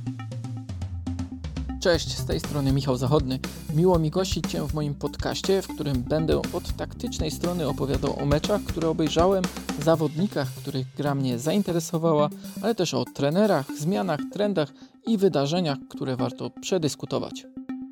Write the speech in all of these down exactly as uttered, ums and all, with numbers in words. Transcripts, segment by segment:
Cześć, z tej strony Michał Zachodny. Miło mi gościć Cię w moim podcaście, w którym będę od taktycznej strony opowiadał o meczach, które obejrzałem, zawodnikach, których gra mnie zainteresowała, ale też o trenerach, zmianach, trendach i wydarzeniach, które warto przedyskutować.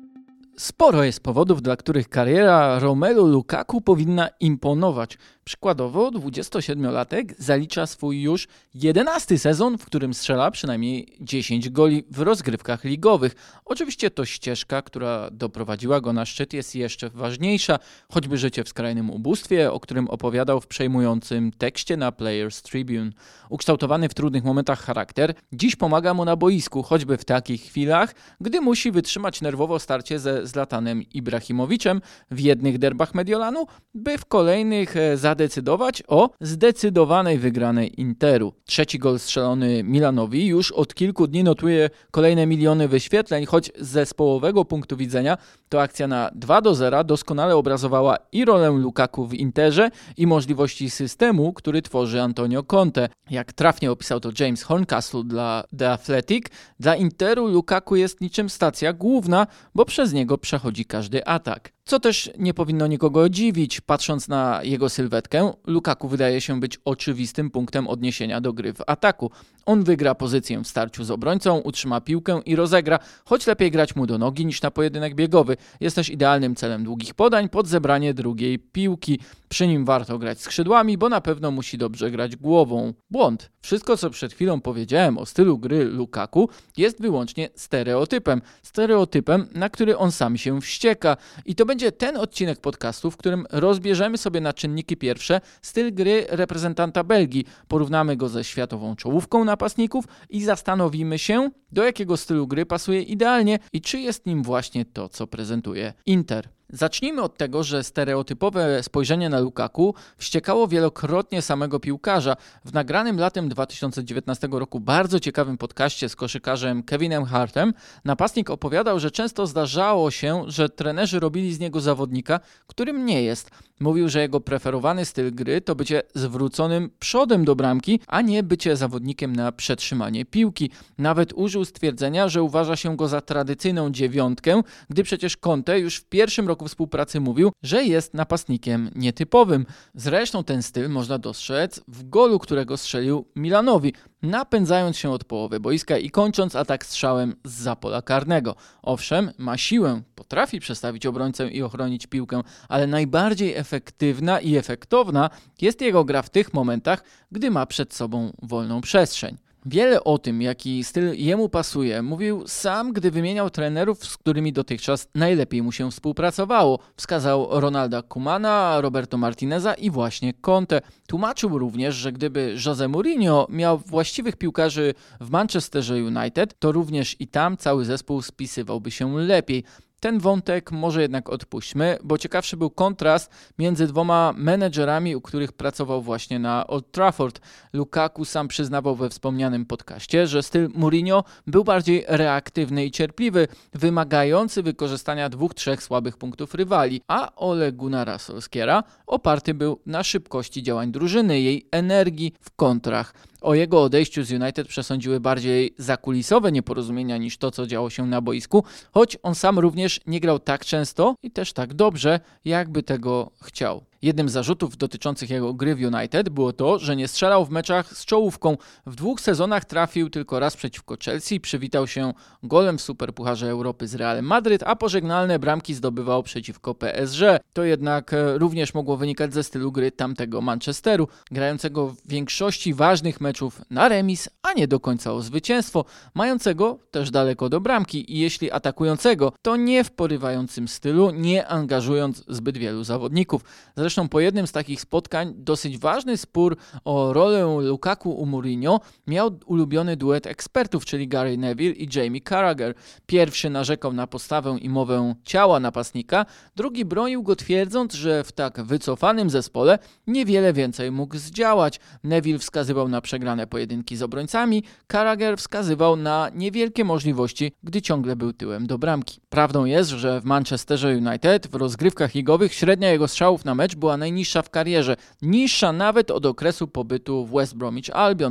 Sporo jest powodów, dla których kariera Romelu Lukaku powinna imponować. Przykładowo dwudziestosiedmiolatek zalicza swój już jedenasty sezon, w którym strzela przynajmniej dziesięć goli w rozgrywkach ligowych. Oczywiście to ścieżka, która doprowadziła go na szczyt, jest jeszcze ważniejsza, choćby życie w skrajnym ubóstwie, o którym opowiadał w przejmującym tekście na Players Tribune. Ukształtowany w trudnych momentach charakter dziś pomaga mu na boisku, choćby w takich chwilach, gdy musi wytrzymać nerwowo starcie ze Zlatanem Ibrahimoviczem w jednych derbach Mediolanu, by w kolejnych zadecydować o zdecydowanej wygranej Interu. Trzeci gol strzelony Milanowi już od kilku dni notuje kolejne miliony wyświetleń, choć z zespołowego punktu widzenia to akcja na dwa do zera doskonale obrazowała i rolę Lukaku w Interze, i możliwości systemu, który tworzy Antonio Conte. Jak trafnie opisał to James Horncastle dla The Athletic, dla Interu Lukaku jest niczym stacja główna, bo przez niego przechodzi każdy atak. Co też nie powinno nikogo dziwić, patrząc na jego sylwetkę, Lukaku wydaje się być oczywistym punktem odniesienia do gry w ataku. On wygra pozycję w starciu z obrońcą, utrzyma piłkę i rozegra, choć lepiej grać mu do nogi niż na pojedynek biegowy. Jest też idealnym celem długich podań pod zebranie drugiej piłki. Przy nim warto grać skrzydłami, bo na pewno musi dobrze grać głową. Błąd. Wszystko, co przed chwilą powiedziałem o stylu gry Lukaku, jest wyłącznie stereotypem. Stereotypem, na który on sam się wścieka. I to będzie ten odcinek podcastu, w którym rozbierzemy sobie na czynniki pierwsze styl gry reprezentanta Belgii. Porównamy go ze światową czołówką napastników i zastanowimy się, do jakiego stylu gry pasuje idealnie i czy jest nim właśnie to, co prezentuje Inter. Zacznijmy od tego, że stereotypowe spojrzenie na Lukaku wściekało wielokrotnie samego piłkarza. W nagranym latem dwa tysiące dziewiętnastego roku bardzo ciekawym podcaście z koszykarzem Kevinem Hartem napastnik opowiadał, że często zdarzało się, że trenerzy robili z niego zawodnika, którym nie jest. Mówił, że jego preferowany styl gry to bycie zwróconym przodem do bramki, a nie bycie zawodnikiem na przetrzymanie piłki. Nawet użył stwierdzenia, że uważa się go za tradycyjną dziewiątkę, gdy przecież Conte już w pierwszym roku współpracy mówił, że jest napastnikiem nietypowym. Zresztą ten styl można dostrzec w golu, którego strzelił Milanowi, napędzając się od połowy boiska i kończąc atak strzałem zza pola karnego. Owszem, ma siłę, potrafi przestawić obrońcę i ochronić piłkę, ale najbardziej efektywna i efektowna jest jego gra w tych momentach, gdy ma przed sobą wolną przestrzeń. Wiele o tym, jaki styl jemu pasuje, mówił sam, gdy wymieniał trenerów, z którymi dotychczas najlepiej mu się współpracowało. Wskazał Ronalda Koemana, Roberto Martineza i właśnie Conte. Tłumaczył również, że gdyby Jose Mourinho miał właściwych piłkarzy w Manchesterze United, to również i tam cały zespół spisywałby się lepiej. Ten wątek może jednak odpuśćmy, bo ciekawszy był kontrast między dwoma menedżerami, u których pracował właśnie na Old Trafford. Lukaku sam przyznawał we wspomnianym podcaście, że styl Mourinho był bardziej reaktywny i cierpliwy, wymagający wykorzystania dwóch, trzech słabych punktów rywali, a Ole Gunnara Solskjaera oparty był na szybkości działań drużyny, jej energii w kontrach. O jego odejściu z United przesądziły bardziej zakulisowe nieporozumienia niż to, co działo się na boisku, choć on sam również nie grał tak często i też tak dobrze, jakby tego chciał. Jednym z zarzutów dotyczących jego gry w United było to, że nie strzelał w meczach z czołówką. W dwóch sezonach trafił tylko raz przeciwko Chelsea, przywitał się golem w Superpucharze Europy z Realem Madryt, a pożegnalne bramki zdobywał przeciwko P S G. To jednak również mogło wynikać ze stylu gry tamtego Manchesteru, grającego w większości ważnych meczów na remis, a nie do końca o zwycięstwo, mającego też daleko do bramki i jeśli atakującego, to nie w porywającym stylu, nie angażując zbyt wielu zawodników. Zresztą po jednym z takich spotkań dosyć ważny spór o rolę Lukaku u Mourinho miał ulubiony duet ekspertów, czyli Gary Neville i Jamie Carragher. Pierwszy narzekał na postawę i mowę ciała napastnika, drugi bronił go twierdząc, że w tak wycofanym zespole niewiele więcej mógł zdziałać. Neville wskazywał na przegrane pojedynki z obrońcami, Carragher wskazywał na niewielkie możliwości, gdy ciągle był tyłem do bramki. Prawdą jest, że w Manchesterze United w rozgrywkach ligowych średnia jego strzałów na mecz była najniższa w karierze, niższa nawet od okresu pobytu w West Bromwich Albion.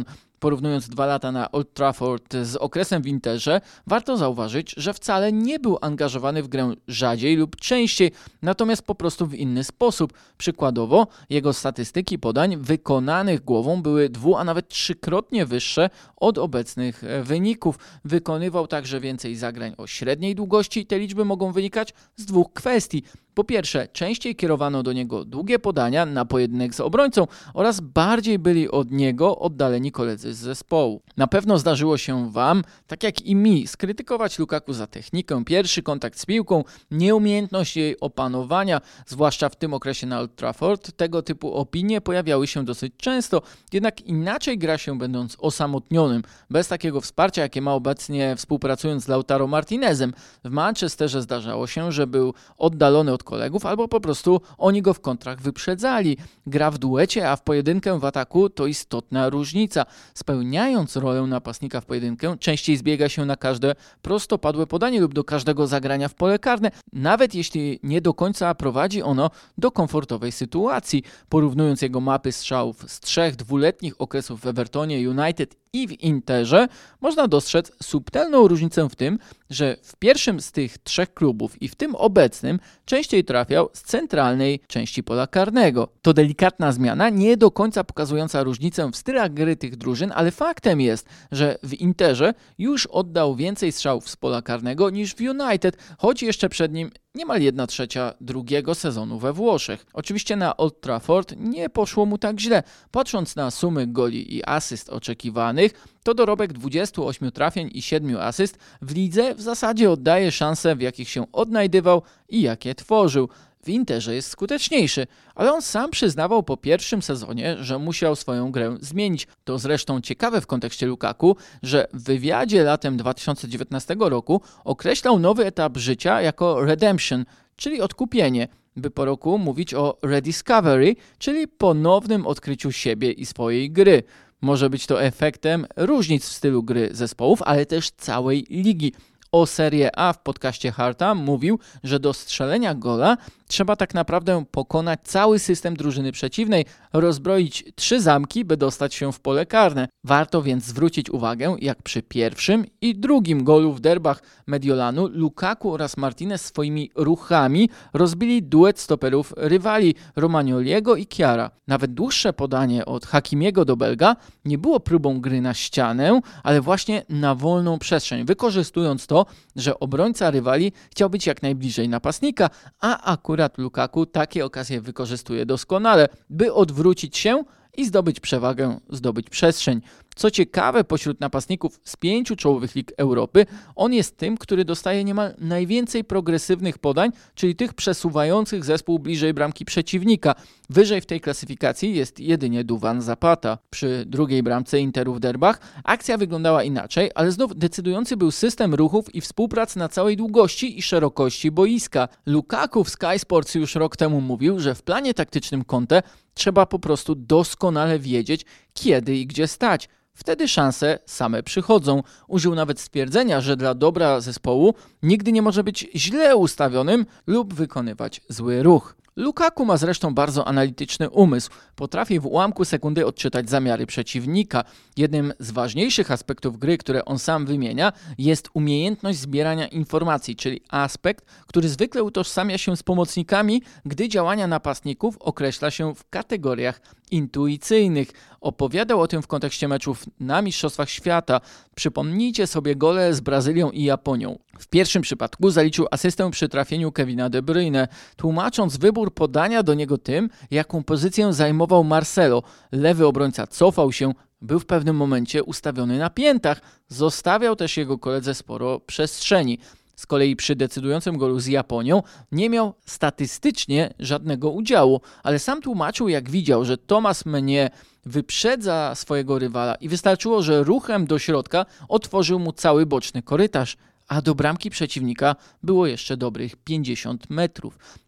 Porównując dwa lata na Old Trafford z okresem w Interze, warto zauważyć, że wcale nie był angażowany w grę rzadziej lub częściej, natomiast po prostu w inny sposób. Przykładowo, jego statystyki podań wykonanych głową były dwu, a nawet trzykrotnie wyższe od obecnych wyników. Wykonywał także więcej zagrań o średniej długości. Te liczby mogą wynikać z dwóch kwestii. Po pierwsze, częściej kierowano do niego długie podania na pojedynek z obrońcą oraz bardziej byli od niego oddaleni koledzy z zespołu. Na pewno zdarzyło się Wam, tak jak i mi, skrytykować Lukaku za technikę, pierwszy kontakt z piłką, nieumiejętność jej opanowania, zwłaszcza w tym okresie na Old Trafford. Tego typu opinie pojawiały się dosyć często, jednak inaczej gra się będąc osamotnionym, bez takiego wsparcia, jakie ma obecnie współpracując z Lautaro Martinezem. W Manchesterze zdarzało się, że był oddalony od kolegów, albo po prostu oni go w kontrach wyprzedzali. Gra w duecie, a w pojedynkę w ataku to istotna różnica. Spełniając rolę napastnika w pojedynkę, częściej zbiega się na każde prostopadłe podanie lub do każdego zagrania w pole karne, nawet jeśli nie do końca prowadzi ono do komfortowej sytuacji. Porównując jego mapy strzałów z trzech dwuletnich okresów w Evertonie, United i w Interze, można dostrzec subtelną różnicę w tym, że w pierwszym z tych trzech klubów i w tym obecnym częściej trafiał z centralnej części pola karnego. To delikatna zmiana, nie do końca pokazująca różnicę w stylach gry tych drużyn, ale faktem jest, że w Interze już oddał więcej strzałów z pola karnego niż w United, choć jeszcze przed nim niemal jedna trzecia drugiego sezonu we Włoszech. Oczywiście na Old Trafford nie poszło mu tak źle. Patrząc na sumy goli i asyst oczekiwanych, to dorobek dwudziestu ośmiu trafień i siedmiu asyst w lidze w zasadzie oddaje szanse, w jakich się odnajdywał i jakie tworzył. W Interze jest skuteczniejszy, ale on sam przyznawał po pierwszym sezonie, że musiał swoją grę zmienić. To zresztą ciekawe w kontekście Lukaku, że w wywiadzie latem dwa tysiące dziewiętnastego roku określał nowy etap życia jako redemption, czyli odkupienie, by po roku mówić o rediscovery, czyli ponownym odkryciu siebie i swojej gry. Może być to efektem różnic w stylu gry zespołów, ale też całej ligi. O Serie A w podcaście Harta mówił, że do strzelenia gola trzeba tak naprawdę pokonać cały system drużyny przeciwnej, rozbroić trzy zamki, by dostać się w pole karne. Warto więc zwrócić uwagę, jak przy pierwszym i drugim golu w derbach Mediolanu Lukaku oraz Martinez swoimi ruchami rozbili duet stoperów rywali Romagnoliego i Chiara. Nawet dłuższe podanie od Hakimiego do Belga nie było próbą gry na ścianę, ale właśnie na wolną przestrzeń, wykorzystując to, że obrońca rywali chciał być jak najbliżej napastnika, a akurat Lukaku takie okazje wykorzystuje doskonale, by odwrócić się i zdobyć przewagę, zdobyć przestrzeń. Co ciekawe, pośród napastników z pięciu czołowych lig Europy, on jest tym, który dostaje niemal najwięcej progresywnych podań, czyli tych przesuwających zespół bliżej bramki przeciwnika. Wyżej w tej klasyfikacji jest jedynie Duvan Zapata. Przy drugiej bramce Interu w derbach akcja wyglądała inaczej, ale znów decydujący był system ruchów i współpracy na całej długości i szerokości boiska. Lukaku w Sky Sports już rok temu mówił, że w planie taktycznym Conte trzeba po prostu doskonale wiedzieć, kiedy i gdzie stać. Wtedy szanse same przychodzą. Użył nawet stwierdzenia, że dla dobra zespołu nigdy nie może być źle ustawionym lub wykonywać zły ruch. Lukaku ma zresztą bardzo analityczny umysł. Potrafi w ułamku sekundy odczytać zamiary przeciwnika. Jednym z ważniejszych aspektów gry, które on sam wymienia, jest umiejętność zbierania informacji, czyli aspekt, który zwykle utożsamia się z pomocnikami, gdy działania napastników określa się w kategoriach intuicyjnych. Opowiadał o tym w kontekście meczów na Mistrzostwach Świata. Przypomnijcie sobie gole z Brazylią i Japonią. W pierwszym przypadku zaliczył asystę przy trafieniu Kevina De Bruyne, tłumacząc wybór podania do niego tym, jaką pozycję zajmował Marcelo. Lewy obrońca cofał się, był w pewnym momencie ustawiony na piętach. Zostawiał też jego koledze sporo przestrzeni. Z kolei przy decydującym golu z Japonią nie miał statystycznie żadnego udziału, ale sam tłumaczył, jak widział, że Thomas Meunier wyprzedza swojego rywala i wystarczyło, że ruchem do środka otworzył mu cały boczny korytarz, a do bramki przeciwnika było jeszcze dobrych pięćdziesiąt metrów.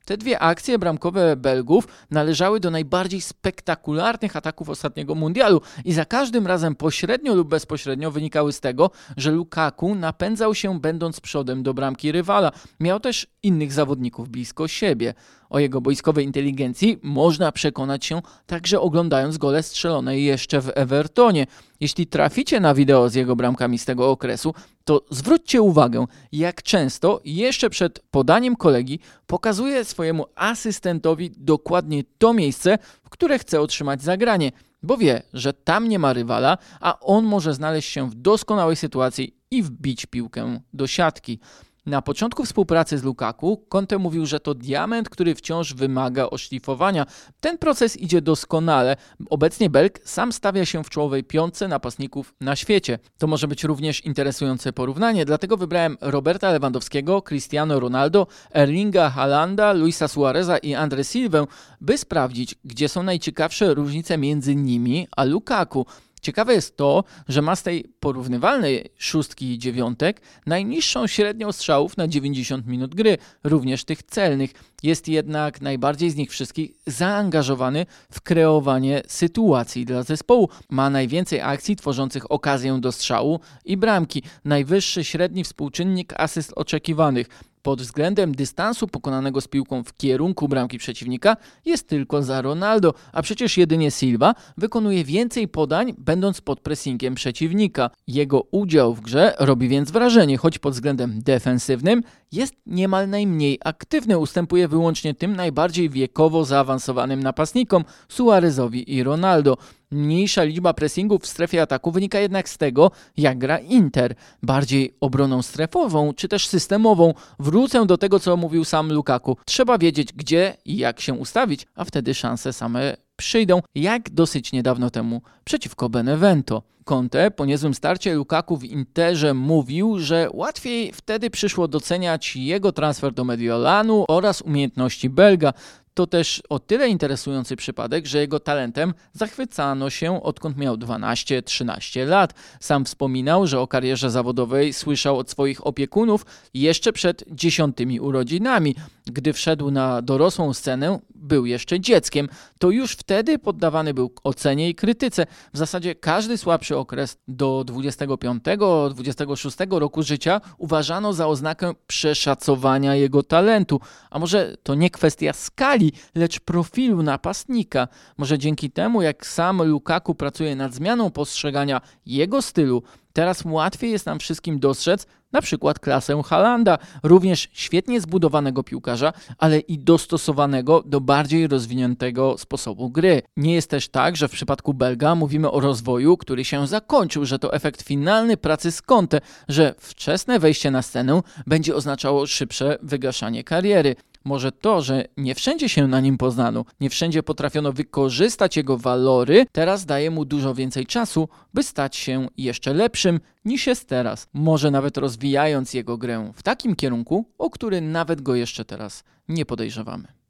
Te dwie akcje bramkowe Belgów należały do najbardziej spektakularnych ataków ostatniego mundialu i za każdym razem pośrednio lub bezpośrednio wynikały z tego, że Lukaku napędzał się będąc przodem do bramki rywala. Miał też innych zawodników blisko siebie. O jego boiskowej inteligencji można przekonać się także oglądając gole strzelone jeszcze w Evertonie. Jeśli traficie na wideo z jego bramkami z tego okresu, to zwróćcie uwagę, jak często jeszcze przed podaniem kolegi pokazuje swojemu asystentowi dokładnie to miejsce, w które chce otrzymać zagranie, bo wie, że tam nie ma rywala, a on może znaleźć się w doskonałej sytuacji i wbić piłkę do siatki. Na początku współpracy z Lukaku Conte mówił, że to diament, który wciąż wymaga oszlifowania. Ten proces idzie doskonale. Obecnie Belg sam stawia się w czołowej piątce napastników na świecie. To może być również interesujące porównanie, dlatego wybrałem Roberta Lewandowskiego, Cristiano Ronaldo, Erlinga Haalanda, Luisa Suareza i Andre Silvę, by sprawdzić, gdzie są najciekawsze różnice między nimi a Lukaku. Ciekawe jest to, że ma z tej porównywalnej szóstki i dziewiątek najniższą średnią strzałów na dziewięćdziesiąt minut gry, również tych celnych. Jest jednak najbardziej z nich wszystkich zaangażowany w kreowanie sytuacji dla zespołu. Ma najwięcej akcji tworzących okazję do strzału i bramki. Najwyższy średni współczynnik asyst oczekiwanych. Pod względem dystansu pokonanego z piłką w kierunku bramki przeciwnika jest tylko za Ronaldo, a przecież jedynie Silva wykonuje więcej podań, będąc pod pressingiem przeciwnika. Jego udział w grze robi więc wrażenie, choć pod względem defensywnym jest niemal najmniej aktywny, ustępuje wyłącznie tym najbardziej wiekowo zaawansowanym napastnikom Suarezowi i Ronaldo. Mniejsza liczba pressingów w strefie ataku wynika jednak z tego, jak gra Inter. Bardziej obroną strefową, czy też systemową. Wrócę do tego, co mówił sam Lukaku. Trzeba wiedzieć, gdzie i jak się ustawić, a wtedy szanse same przyjdą, jak dosyć niedawno temu przeciwko Benevento. Conte po niezłym starcie Lukaku w Interze mówił, że łatwiej wtedy przyszło doceniać jego transfer do Mediolanu oraz umiejętności Belga. To też o tyle interesujący przypadek, że jego talentem zachwycano się odkąd miał dwanaście trzynaście lat. Sam wspominał, że o karierze zawodowej słyszał od swoich opiekunów jeszcze przed dziesiątymi urodzinami. Gdy wszedł na dorosłą scenę, był jeszcze dzieckiem. To już wtedy poddawany był ocenie i krytyce. W zasadzie każdy słabszy okres do dwudziestego piątego dwudziestego szóstego roku życia uważano za oznakę przeszacowania jego talentu. A może to nie kwestia skali, lecz profilu napastnika. Może dzięki temu, jak sam Lukaku pracuje nad zmianą postrzegania jego stylu, teraz łatwiej jest nam wszystkim dostrzec na przykład klasę Haalanda, również świetnie zbudowanego piłkarza, ale i dostosowanego do bardziej rozwiniętego sposobu gry. Nie jest też tak, że w przypadku Belga mówimy o rozwoju, który się zakończył, że to efekt finalny pracy z Conte, że wczesne wejście na scenę będzie oznaczało szybsze wygaszanie kariery. Może to, że nie wszędzie się na nim poznano, nie wszędzie potrafiono wykorzystać jego walory, teraz daje mu dużo więcej czasu, by stać się jeszcze lepszym niż jest teraz. Może nawet rozwijając jego grę w takim kierunku, o który nawet go jeszcze teraz nie podejrzewamy.